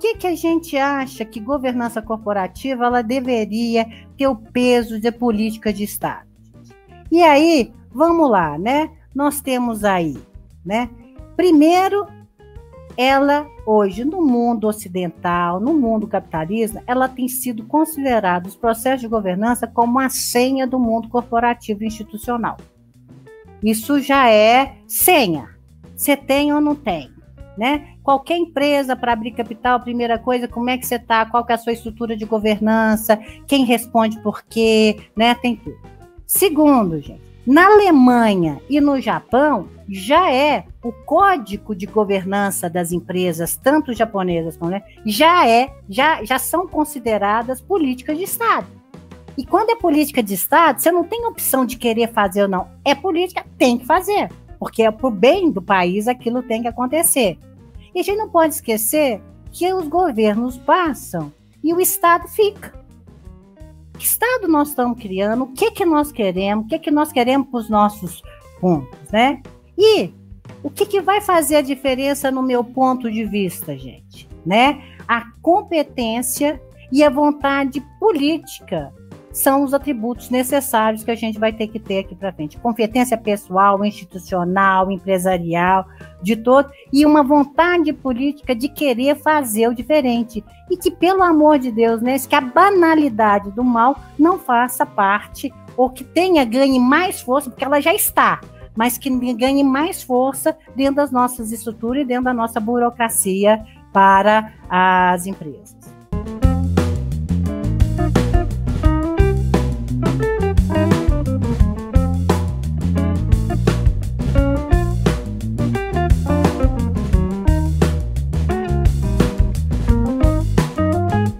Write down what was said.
que a gente acha que governança corporativa ela deveria ter o peso de política de Estado? E aí, vamos lá, né? Nós temos aí, né? Primeiro, ela hoje no mundo ocidental, no mundo capitalista, ela tem sido considerada os processos de governança como a senha do mundo corporativo e institucional. Isso já é senha. Você tem ou não tem, né? Qualquer empresa para abrir capital, a primeira coisa, como é que você está, qual que é a sua estrutura de governança, quem responde por quê, né? Tem tudo. Segundo, gente, na Alemanha e no Japão, já é o código de governança das empresas, tanto japonesas como já são consideradas políticas de Estado. E quando é política de Estado, você não tem opção de querer fazer ou não. É política, tem que fazer, porque é pro bem do país, aquilo tem que acontecer. E a gente não pode esquecer que os governos passam e o Estado fica. Que Estado nós estamos criando? O que nós queremos? O que nós queremos para os nossos pontos, né? E o que vai fazer a diferença no meu ponto de vista, gente? Né? A competência e a vontade política são os atributos necessários que a gente vai ter que ter aqui para frente. Competência pessoal, institucional, empresarial, de todo, e uma vontade política de querer fazer o diferente. E que, pelo amor de Deus, né, que a banalidade do mal não faça parte, ou que ganhe mais força, porque ela já está, mas que ganhe mais força dentro das nossas estruturas e dentro da nossa burocracia para as empresas.